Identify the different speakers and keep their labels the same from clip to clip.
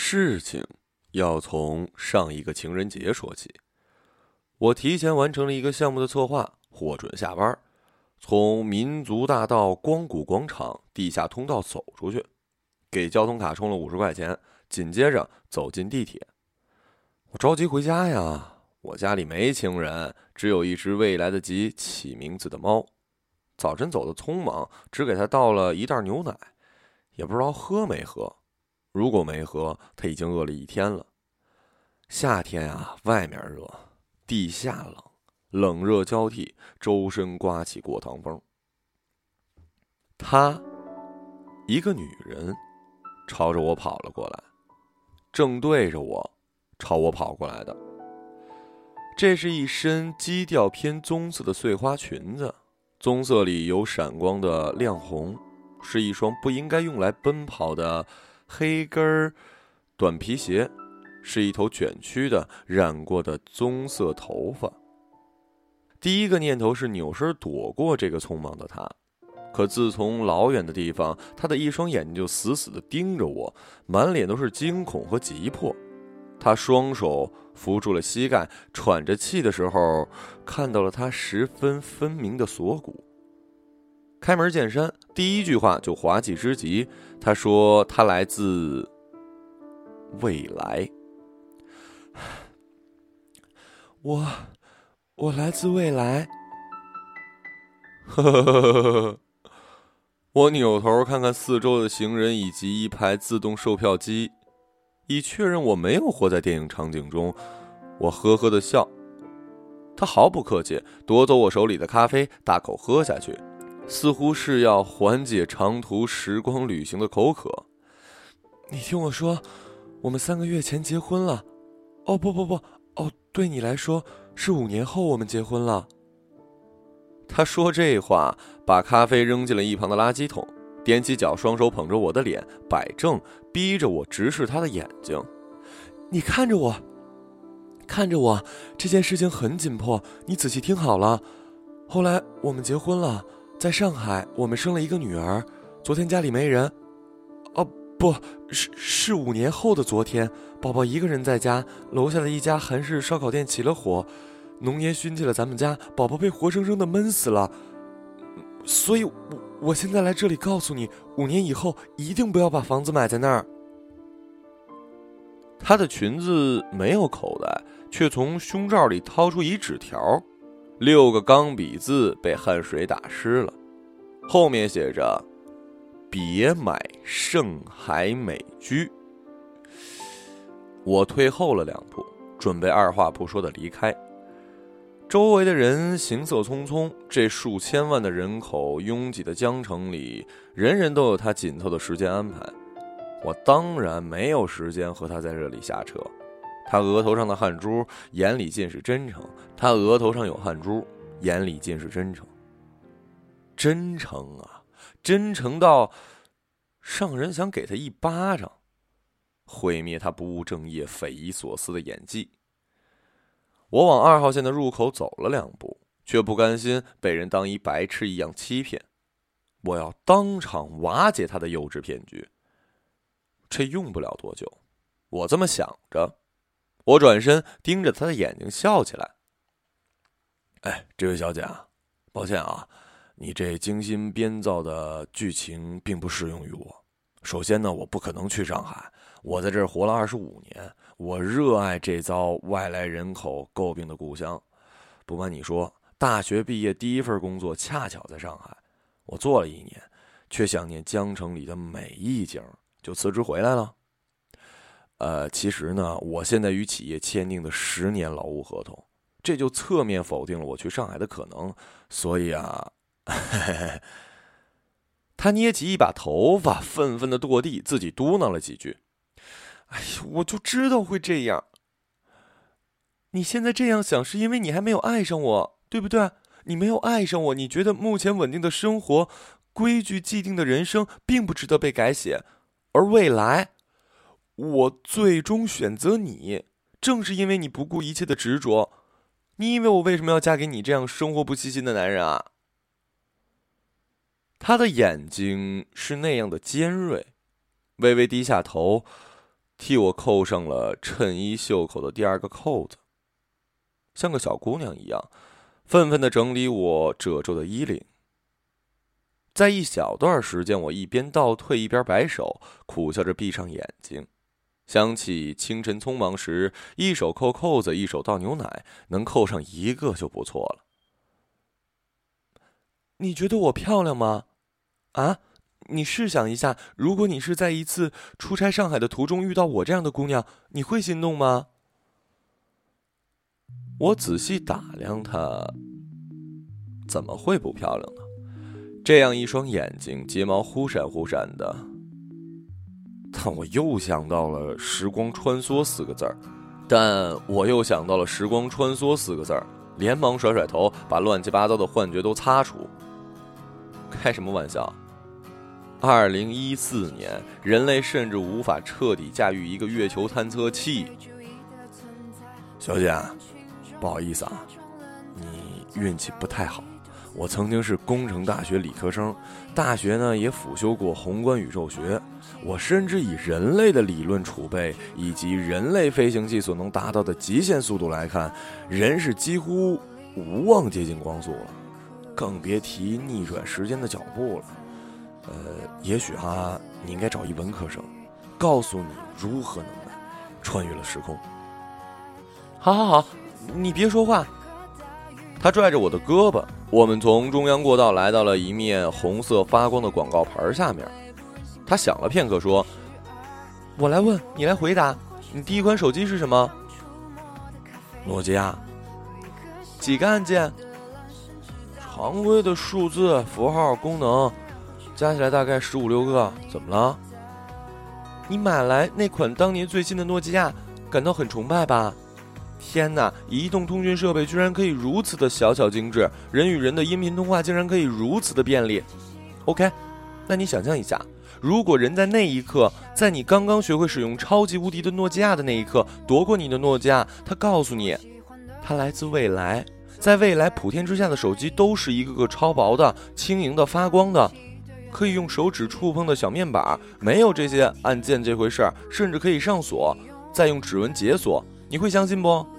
Speaker 1: 事情要从上一个情人节说起。我提前完成了一个项目的策划，获准下班，从民族大道光谷广场地下通道走出去，给交通卡充了50块钱，紧接着走进地铁。我着急回家呀，我家里没情人，只有一只未来得及起名字的猫。早晨走得匆忙，只给它倒了一袋牛奶，也不知道喝没喝。如果没喝，它已经饿了一天了。夏天啊，外面热，地下冷，冷热交替，周身刮起过堂风。她，一个女人，朝着我跑了过来，正对着我，朝我跑过来的。这是一身基调偏棕色的碎花裙子，棕色里有闪光的亮红，是一双不应该用来奔跑的黑跟短皮鞋，是一头卷曲的染过的棕色头发。第一个念头是扭身躲过这个匆忙的他，可自从老远的地方，他的一双眼睛就死死地盯着我，满脸都是惊恐和急迫。他双手扶住了膝盖，喘着气的时候，看到了他十分分明的锁骨。开门见山，第一句话就滑稽之极。他说他来自未来。我来自未来。呵呵呵呵呵。我扭头看看四周的行人以及一排自动售票机，以确认我没有活在电影场景中。我呵呵地笑。他毫不客气，夺走我手里的咖啡，大口喝下去，似乎是要缓解长途时光旅行的口渴。你听我说，我们3个月前结婚了。哦，不，哦，对你来说是5年后我们结婚了。他说这话，把咖啡扔进了一旁的垃圾桶，踮起脚，双手捧着我的脸摆正，逼着我直视他的眼睛。你看着我，这件事情很紧迫，你仔细听好了。后来我们结婚了，在上海我们生了一个女儿。昨天家里没人。哦，不是5年后的昨天，宝宝一个人在家，楼下的一家韩式烧烤店起了火，浓烟熏进了咱们家，宝宝被活生生的闷死了。所以我现在来这里告诉你，5年以后一定不要把房子买在那儿。她的裙子没有口袋，却从胸罩里掏出一纸条，6个钢笔字被汗水打湿了，后面写着别买盛海美居。我退后了2步，准备二话不说的离开。周围的人行色匆匆，这数千万的人口拥挤的江城里，人人都有他紧凑的时间安排。我当然没有时间和他在这里瞎扯。他额头上的汗珠，眼里尽是真诚。他额头上有汗珠，眼里尽是真诚。真诚啊，真诚到上人想给他一巴掌，毁灭他不务正业、匪夷所思的演技。我往2号线的入口走了2步，却不甘心被人当一白痴一样欺骗。我要当场瓦解他的幼稚骗局。这用不了多久，我这么想着，我转身盯着他的眼睛笑起来。哎，这位小姐啊，抱歉啊，你这精心编造的剧情并不适用于我。首先呢，我不可能去上海，我在这儿活了25年，我热爱这遭外来人口诟病的故乡。不瞒你说，大学毕业第一份工作恰巧在上海，我做了1年，却想念江城里的每一景，就辞职回来了。其实呢，我现在与企业签订的10年劳务合同，这就侧面否定了我去上海的可能。所以啊，他捏起一把头发，愤愤地跺地，自己嘟囔了几句。哎呀，我就知道会这样。你现在这样想，是因为你还没有爱上我，对不对？你没有爱上我，你觉得目前稳定的生活、规矩既定的人生并不值得被改写，而未来，我最终选择你，正是因为你不顾一切的执着。你以为我为什么要嫁给你这样生活不细心的男人啊？他的眼睛是那样的尖锐，微微低下头， 替我扣上了衬衣袖口的第2个扣子，像个小姑娘一样，愤愤地整理我褶皱的衣领。在一小段时间，我一边倒退一边摆手，苦笑着闭上眼睛，想起清晨匆忙时，一手扣扣子，一手倒牛奶，能扣上1个就不错了。你觉得我漂亮吗？啊？你试想一下，如果你是在一次出差上海的途中遇到我这样的姑娘，你会心动吗？我仔细打量她，怎么会不漂亮呢？这样一双眼睛，睫毛忽闪忽闪的。但我又想到了时光穿梭4个字儿，连忙甩甩头，把乱七八糟的幻觉都擦除。开什么玩笑！2014年，人类甚至无法彻底驾驭一个月球探测器。小姐，不好意思啊，你运气不太好。我曾经是工程大学理科生，大学呢也辅修过宏观宇宙学。我深知以人类的理论储备以及人类飞行器所能达到的极限速度来看，人是几乎无望接近光速了，更别提逆转时间的脚步了。也许你应该找一文科生，告诉你如何能穿越了时空。好，你别说话。他拽着我的胳膊，我们从中央过道来到了一面红色发光的广告牌下面。他想了片刻说：“我来问，你来回答。你第一款手机是什么？”诺基亚。几个按键？常规的数字、符号、功能，加起来大概15、16个。怎么了？你买来那款当年最新的诺基亚，感到很崇拜吧？天哪！移动通讯设备居然可以如此的小巧精致，人与人的音频通话竟然可以如此的便利。OK， 那你想象一下，如果人在那一刻，在你刚刚学会使用超级无敌的诺基亚的那一刻，夺过你的诺基亚，他告诉你，它来自未来，在未来普天之下的手机都是一个个超薄的、轻盈的、发光的，可以用手指触碰的小面板，没有这些按键这回事儿，甚至可以上锁，再用指纹解锁。你会相信不？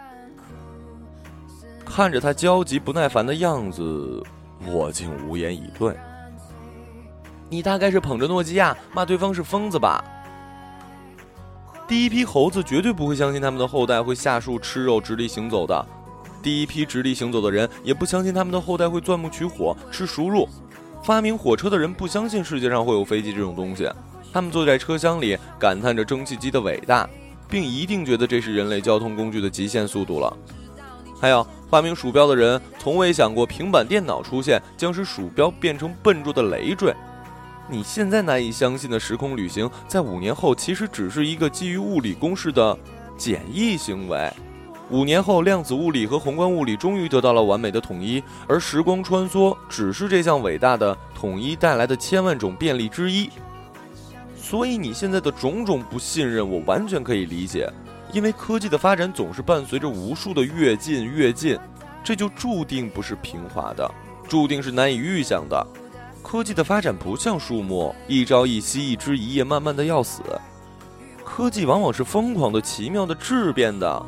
Speaker 1: 看着他焦急不耐烦的样子，我竟无言以对。你大概是捧着诺基亚骂对方是疯子吧？第一批猴子绝对不会相信他们的后代会下树吃肉直立行走的，第一批直立行走的人也不相信他们的后代会钻木取火吃熟肉。发明火车的人不相信世界上会有飞机这种东西，他们坐在车厢里感叹着蒸汽机的伟大，并一定觉得这是人类交通工具的极限速度了。还有发明鼠标的人从未想过平板电脑出现将使鼠标变成笨拙的累赘。你现在难以相信的时空旅行，在5年后其实只是一个基于物理公式的简易行为。5年后，量子物理和宏观物理终于得到了完美的统一，而时光穿梭只是这项伟大的统一带来的千万种便利之一。所以你现在的种种不信任，我完全可以理解，因为科技的发展总是伴随着无数的跃进，这就注定不是平滑的，注定是难以预想的。科技的发展不像树木，一朝一夕，一枝一叶，慢慢的要死。科技往往是疯狂的、奇妙的、质变的。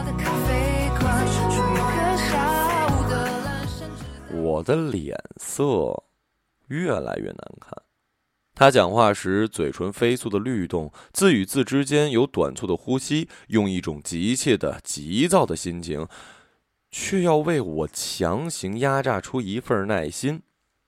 Speaker 1: 我的脸色越来越难看。他讲话时，嘴唇飞速的律动，字与字之间有短促的呼吸，用一种急切的、急躁的心情，却要为我强行压榨出一份耐心。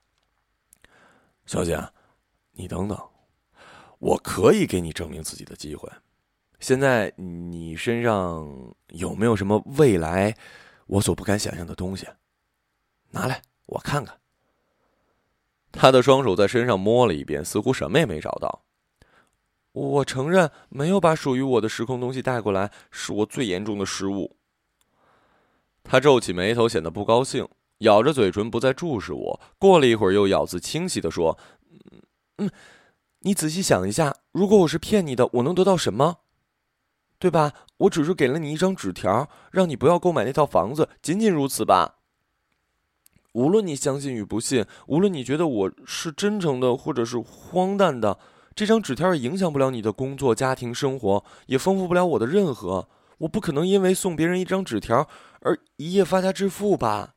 Speaker 1: 小姐，你等等，我可以给你证明自己的机会。现在你身上有没有什么未来我所不敢想象的东西？拿来，我看看。他的双手在身上摸了一遍，似乎什么也没找到。我承认，没有把属于我的时空东西带过来，是我最严重的失误。他皱起眉头，显得不高兴，咬着嘴唇不再注视我。过了一会儿，又咬字清晰地说：“你仔细想一下，如果我是骗你的，我能得到什么？对吧？我只是给了你一张纸条，让你不要购买那套房子，仅仅如此吧。无论你相信与不信，无论你觉得我是真诚的或者是荒诞的， 这张纸条也影响不了你的工作、家庭生活，也丰富不了我的任何。我不可能因为送别人一张纸条而一夜发家致富吧？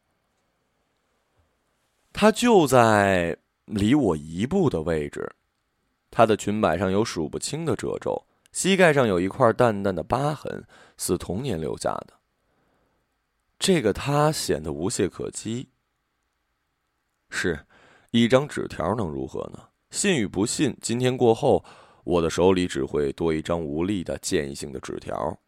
Speaker 1: 她就在离我1步的位置，她的裙摆上有数不清的褶皱，膝盖上有一块淡淡的疤痕，似童年留下的。这个她显得无懈可击。是，一张纸条能如何呢？信与不信，今天过后，我的手里只会多一张无力的建议性的纸条。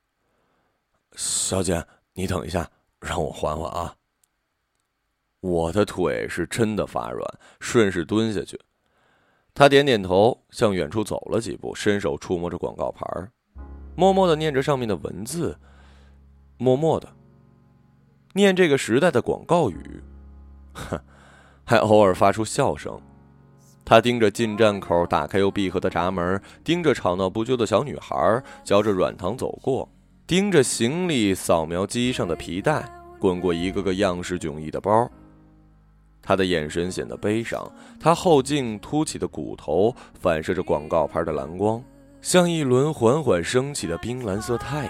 Speaker 1: 小姐，你等一下，让我缓缓啊。我的腿是真的发软，顺势蹲下去。他点点头，向远处走了几步，伸手触摸着广告牌，默默地念着上面的文字，默默地念这个时代的广告语，还偶尔发出笑声。他盯着进站口打开又闭合的闸门，盯着吵闹不休的小女孩嚼着软糖走过，盯着行李扫描机上的皮带滚过一个个样式迥异的包。他的眼神显得悲伤，他后颈凸起的骨头反射着广告牌的蓝光，像一轮缓缓升起的冰蓝色太阳。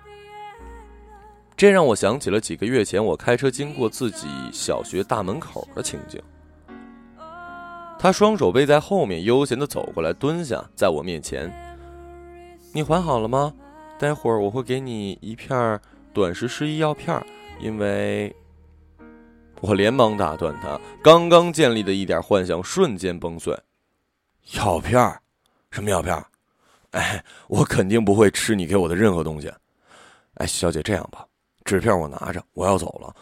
Speaker 1: 这让我想起了几个月前我开车经过自己小学大门口的情景。他双手背在后面，悠闲地走过来，蹲下在我面前。你还好了吗？待会儿我会给你一片短时失忆药片，因为……我连忙打断他，刚刚建立的一点幻想瞬间崩碎。药片？什么药片？哎，我肯定不会吃你给我的任何东西。哎，小姐，这样吧，纸片我拿着，我要走了。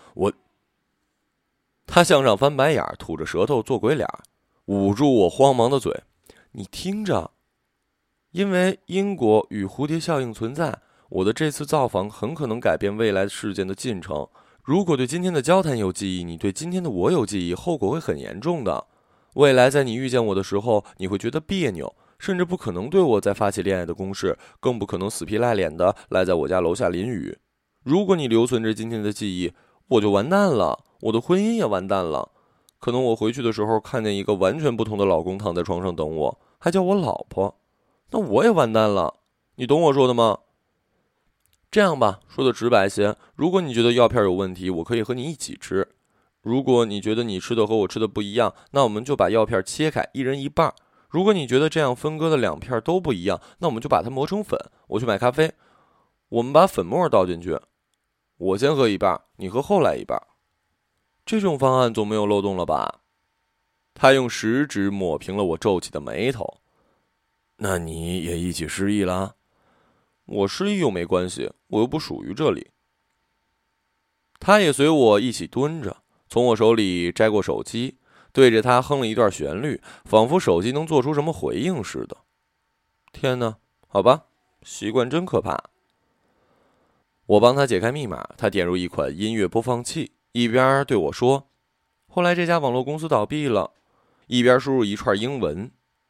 Speaker 1: 他向上翻白眼，吐着舌头做鬼脸，捂住我慌忙的嘴。你听着，因为因果与蝴蝶效应存在，我的这次造访很可能改变未来事件的进程。如果对今天的交谈有记忆，你对今天的我有记忆，后果会很严重的。未来在你遇见我的时候，你会觉得别扭，甚至不可能对我再发起恋爱的攻势，更不可能死皮赖脸的赖在我家楼下淋雨。如果你留存着今天的记忆，我就完蛋了，我的婚姻也完蛋了。可能我回去的时候看见一个完全不同的老公躺在床上等我，还叫我老婆，那我也完蛋了。你懂我说的吗？这样吧，说的直白些，如果你觉得药片有问题，我可以和你一起吃。如果你觉得你吃的和我吃的不一样，那我们就把药片切开，一人一半。如果你觉得这样分割的2片都不一样，那我们就把它磨成粉。我去买咖啡，我们把粉末倒进去，我先喝一半，你喝后来一半。这种方案总没有漏洞了吧？他用食指抹平了我皱起的眉头。那你也一起失忆了？我失忆又没关系，我又不属于这里。他也随我一起蹲着，从我手里摘过手机，对着他哼了一段旋律，仿佛手机能做出什么回应似的。天哪，好吧，习惯真可怕。我帮他解开密码，他点入一款音乐播放器，一边对我说，后来这家网络公司倒闭了，一边输入一串英文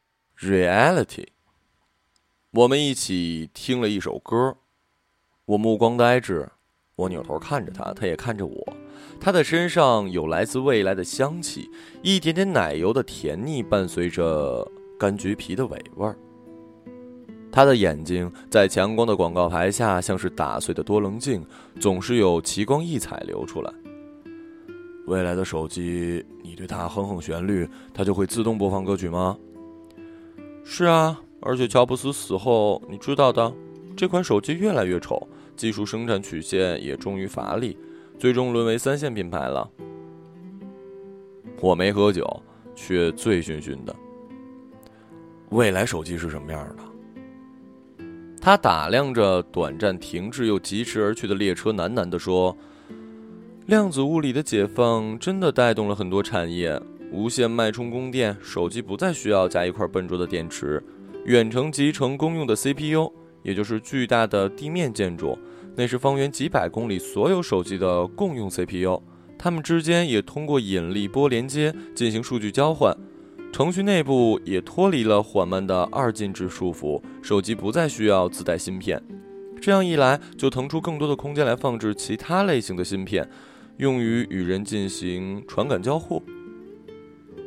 Speaker 1: Reality。我们一起听了一首歌，我目光呆滞，我扭头看着他，他也看着我。他的身上有来自未来的香气，一点点奶油的甜腻伴随着柑橘皮的尾味儿。他的眼睛在强光的广告牌下像是打碎的多棱镜，总是有奇光异彩流出来。未来的手机，你对它哼哼旋律，它就会自动播放歌曲吗？是啊，而且乔布斯死后，你知道的，这款手机越来越丑，技术生产曲线也终于乏力，最终沦为3线品牌了。我没喝酒，却醉醺醺的。未来手机是什么样的？他打量着短暂停滞又疾驰而去的列车，喃喃地说，量子物理的解放真的带动了很多产业，无线脉冲供电，手机不再需要加一块笨拙的电池，远程集成公用的 CPU， 也就是巨大的地面建筑，那是方圆几百公里所有手机的共用 CPU， 它们之间也通过引力波连接进行数据交换，程序内部也脱离了缓慢的2进制束缚，手机不再需要自带芯片，这样一来就腾出更多的空间来放置其他类型的芯片，用于与人进行传感交互。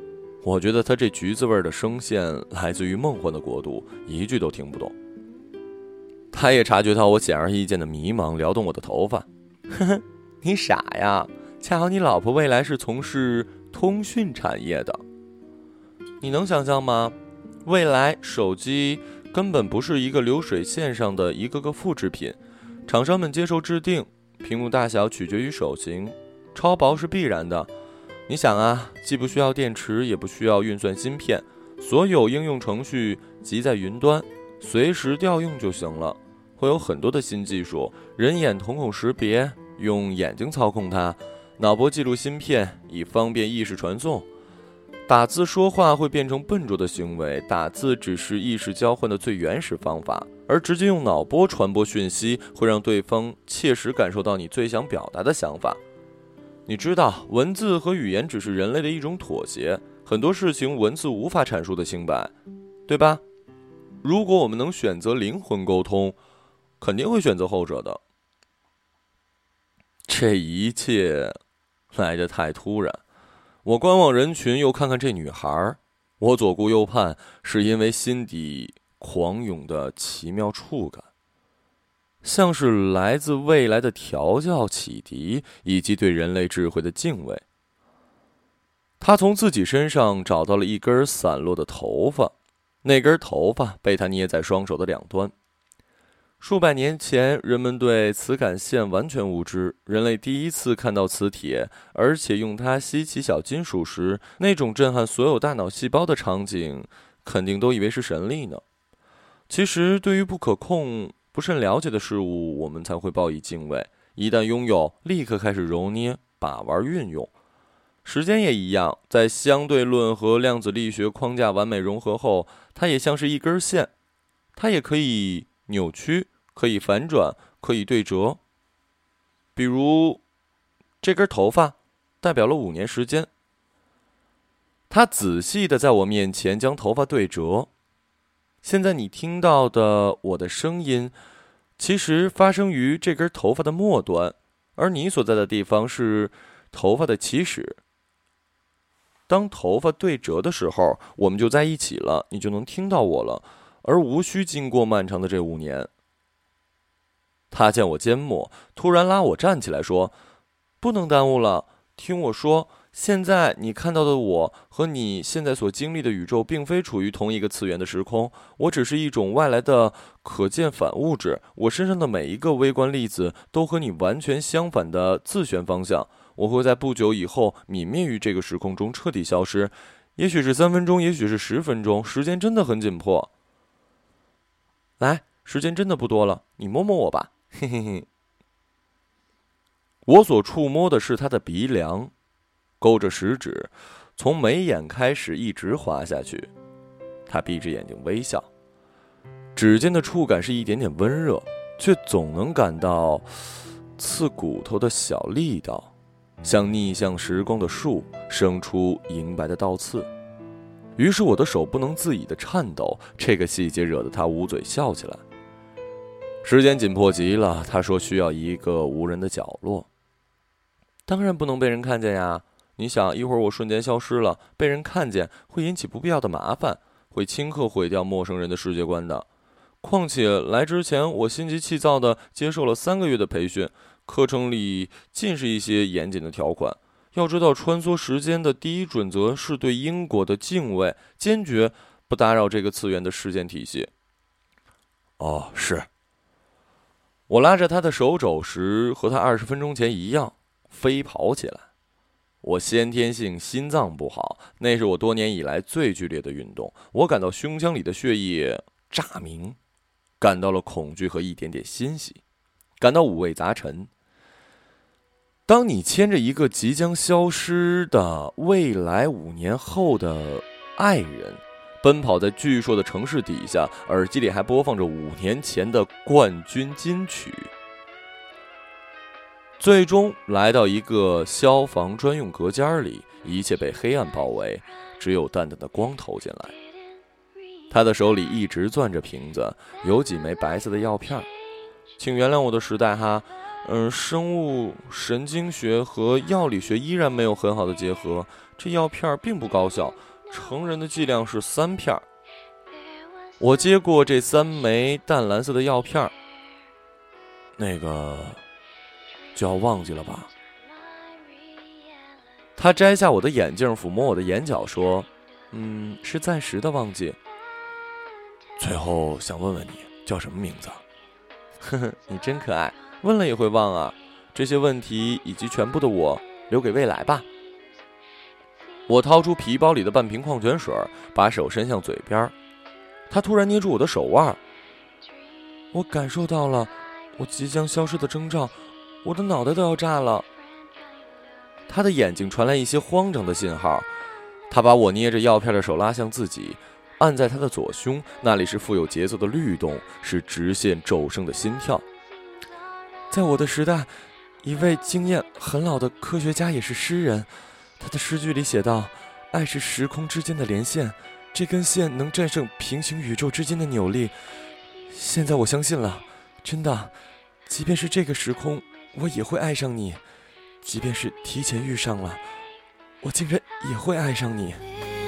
Speaker 1: 我觉得他这橘子味的声线来自于梦幻的国度，一句都听不懂。他也察觉到我显而易见的迷茫，撩动我的头发。呵呵，你傻呀，恰好你老婆未来是从事通讯产业的。你能想象吗？未来手机根本不是一个流水线上的一个个复制品，厂商们接受制定，屏幕大小取决于手型，超薄是必然的。你想啊，既不需要电池，也不需要运算芯片，所有应用程序集在云端，随时调用就行了。会有很多的新技术，人眼瞳孔识别，用眼睛操控它，脑波记录芯片，以方便意识传送。打字说话会变成笨拙的行为，打字只是意识交换的最原始方法，而直接用脑波传播讯息，会让对方切实感受到你最想表达的想法。你知道，文字和语言只是人类的一种妥协，很多事情文字无法阐述的清白，对吧？如果我们能选择灵魂沟通，肯定会选择后者的。这一切来得太突然，我观望人群，又看看这女孩，我左顾右盼，是因为心底狂涌的奇妙触感，像是来自未来的调教启迪，以及对人类智慧的敬畏。他从自己身上找到了一根散落的头发，那根头发被他捏在双手的两端。数百年前，人们对磁感线完全无知。人类第一次看到磁铁，而且用它吸起小金属时，那种震撼所有大脑细胞的场景，肯定都以为是神力呢。其实，对于不可控、不甚了解的事物，我们才会报以敬畏。一旦拥有，立刻开始揉捏、把玩、运用。时间也一样，在相对论和量子力学框架完美融合后，它也像是一根线，它也可以扭曲，可以反转，可以对折。比如这根头发代表了5年时间，他仔细地在我面前将头发对折。现在你听到的我的声音，其实发生于这根头发的末端，而你所在的地方是头发的起始。当头发对折的时候，我们就在一起了，你就能听到我了，而无需经过漫长的这5年。他见我缄默，突然拉我站起来说：“不能耽误了，听我说，现在你看到的我和你现在所经历的宇宙并非处于同一个次元的时空，我只是一种外来的可见反物质，我身上的每一个微观粒子都和你完全相反的自旋方向，我会在不久以后泯灭于这个时空中，彻底消失，也许是3分钟，也许是10分钟，时间真的很紧迫。来，时间真的不多了，你摸摸我吧。”嘿嘿嘿，我所触摸的是他的鼻梁，勾着食指，从眉眼开始一直滑下去。他闭着眼睛微笑，指尖的触感是一点点温热，却总能感到刺骨头的小力道，像逆向时光的树生出银白的倒刺。于是我的手不能自已的颤抖，这个细节惹得他捂嘴笑起来。时间紧迫极了，他说需要一个无人的角落。当然不能被人看见呀，你想，一会儿我瞬间消失了，被人看见会引起不必要的麻烦，会顷刻毁掉陌生人的世界观的。况且来之前我心急气躁地接受了3个月的培训，课程里尽是一些严谨的条款。要知道，穿梭时间的第一准则是对因果的敬畏，坚决不打扰这个次元的时间体系。哦，是。我拉着他的手肘时，和他20分钟前一样，飞跑起来。我先天性心脏不好，那是我多年以来最剧烈的运动。我感到胸腔里的血液炸鸣，感到了恐惧和一点点欣喜，感到五味杂陈。当你牵着一个即将消失的未来5年后的爱人，奔跑在巨硕的城市底下，耳机里还播放着5年前的冠军金曲。最终来到一个消防专用隔间里，一切被黑暗包围，只有淡淡的光透进来。他的手里一直攥着瓶子，有几枚白色的药片。请原谅我的时代哈，生物神经学和药理学依然没有很好的结合，这药片并不高效。 成人的剂量是3片。我接过这3枚淡蓝色的药片，那个就要忘记了吧？他摘下我的眼镜，抚摸我的眼角，说：“是暂时的忘记。最后想问问你，叫什么名字？”呵呵，你真可爱，问了也会忘啊。这些问题以及全部的我，留给未来吧。我掏出皮包里的半瓶矿泉水，把手伸向嘴边。他突然捏住我的手腕，我感受到了我即将消失的征兆，我的脑袋都要炸了。他的眼睛传来一些慌张的信号，他把我捏着药片的手拉向自己，按在他的左胸，那里是富有节奏的律动，是直线骤升的心跳。在我的时代，一位经验很老的科学家也是诗人，他的诗句里写道：爱是时空之间的连线，这根线能战胜平行宇宙之间的扭力。现在我相信了，真的，即便是这个时空，我也会爱上你，即便是提前遇上了，我竟然也会爱上你。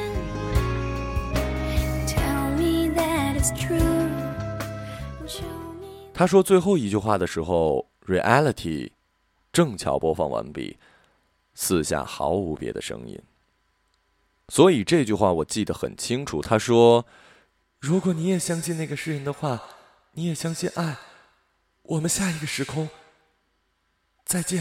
Speaker 1: 他说最后一句话的时候， Reality 正巧播放完毕，四下毫无别的声音。所以这句话我记得很清楚，他说：如果你也相信那个诗人的话，你也相信爱，我们下一个时空再见。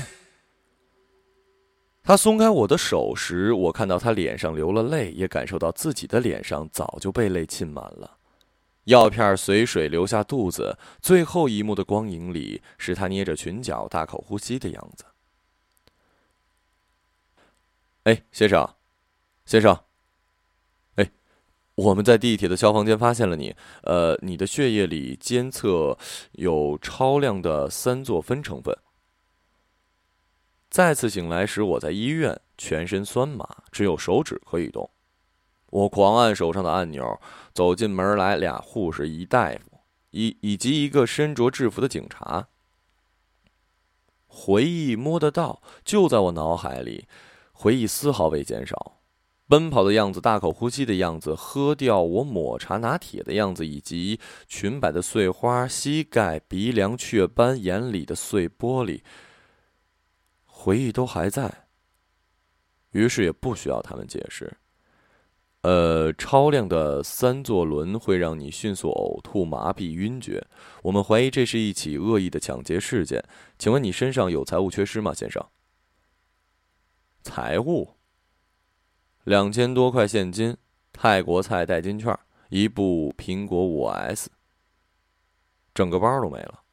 Speaker 1: 他松开我的手时，我看到他脸上流了泪，也感受到自己的脸上早就被泪浸满了。药片随水流下肚子，最后一幕的光影里，是他捏着裙角大口呼吸的样子。哎，先生，哎，我们在地铁的消防间发现了你，你的血液里监测有超量的3唑酚成分。再次醒来时，我在医院，全身酸麻，只有手指可以动。我狂按手上的按钮，走进门来，2护士、1大夫，以及一个身着制服的警察。回忆摸得到，就在我脑海里，回忆丝毫未减少。奔跑的样子，大口呼吸的样子，喝掉我抹茶拿铁的样子，以及裙摆的碎花、膝盖、鼻梁、雀斑、眼里的碎玻璃，回忆都还在，于是也不需要他们解释。超量的3唑仑会让你迅速呕吐、麻痹、晕厥。我们怀疑这是一起恶意的抢劫事件。请问你身上有财物缺失吗，先生？财物？2000多块现金，泰国菜代金券，1部苹果5S，整个包都没了。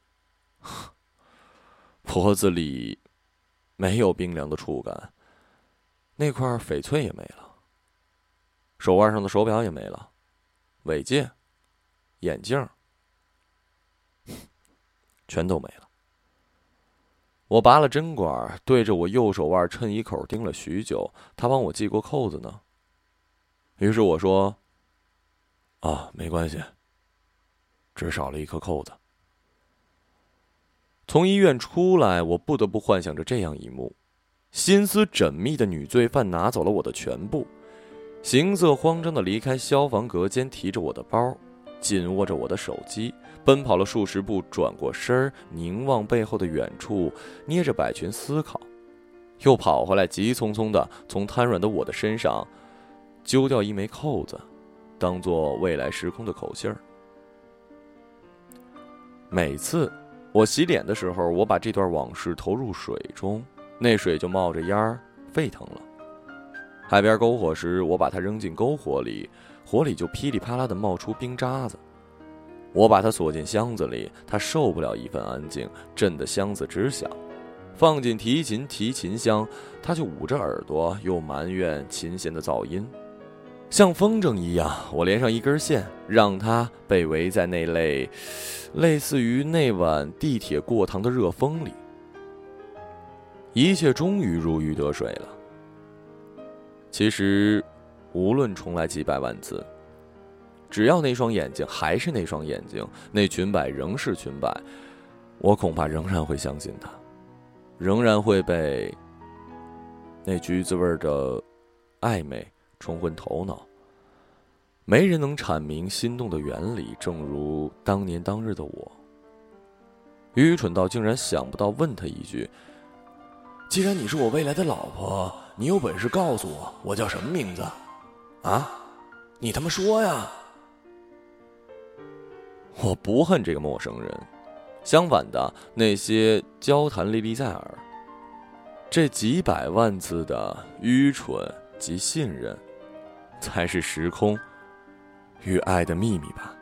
Speaker 1: 脖子里没有冰凉的触感，那块翡翠也没了。手腕上的手表也没了，尾戒、眼镜全都没了。我拔了针管，对着我右手腕衬衣口盯了许久，他帮我系过扣子呢。于是我说：没关系，只少了一颗扣子。从医院出来，我不得不幻想着这样一幕：心思缜密的女罪犯拿走了我的全部，行色慌张地离开消防隔间，提着我的包，紧握着我的手机，奔跑了数十步，转过身儿，凝望背后的远处，捏着百裙思考，又跑回来，急匆匆地从瘫软的我的身上揪掉一枚扣子，当作未来时空的口信儿。每次我洗脸的时候，我把这段往事投入水中，那水就冒着烟儿，沸腾了。海边篝火时，我把它扔进篝火里，火里就噼里啪啦地冒出冰渣子。我把它锁进箱子里，它受不了一份安静，震得箱子直响。放进提琴箱，它就捂着耳朵，又埋怨琴弦的噪音。像风筝一样，我连上一根线，让它被围在那类似于那晚地铁过堂的热风里。一切终于如鱼得水了。其实，无论重来几百万次，只要那双眼睛还是那双眼睛，那裙摆仍是裙摆，我恐怕仍然会相信它，仍然会被那橘子味的暧昧冲昏头脑。没人能阐明心动的原理，正如当年当日的我，愚蠢到竟然想不到问他一句：既然你是我未来的老婆，你有本事告诉我，我叫什么名字？啊？你他妈说呀！我不恨这个陌生人，相反的，那些交谈历历在耳，这几百万字的愚蠢及信任，才是时空与爱的秘密吧。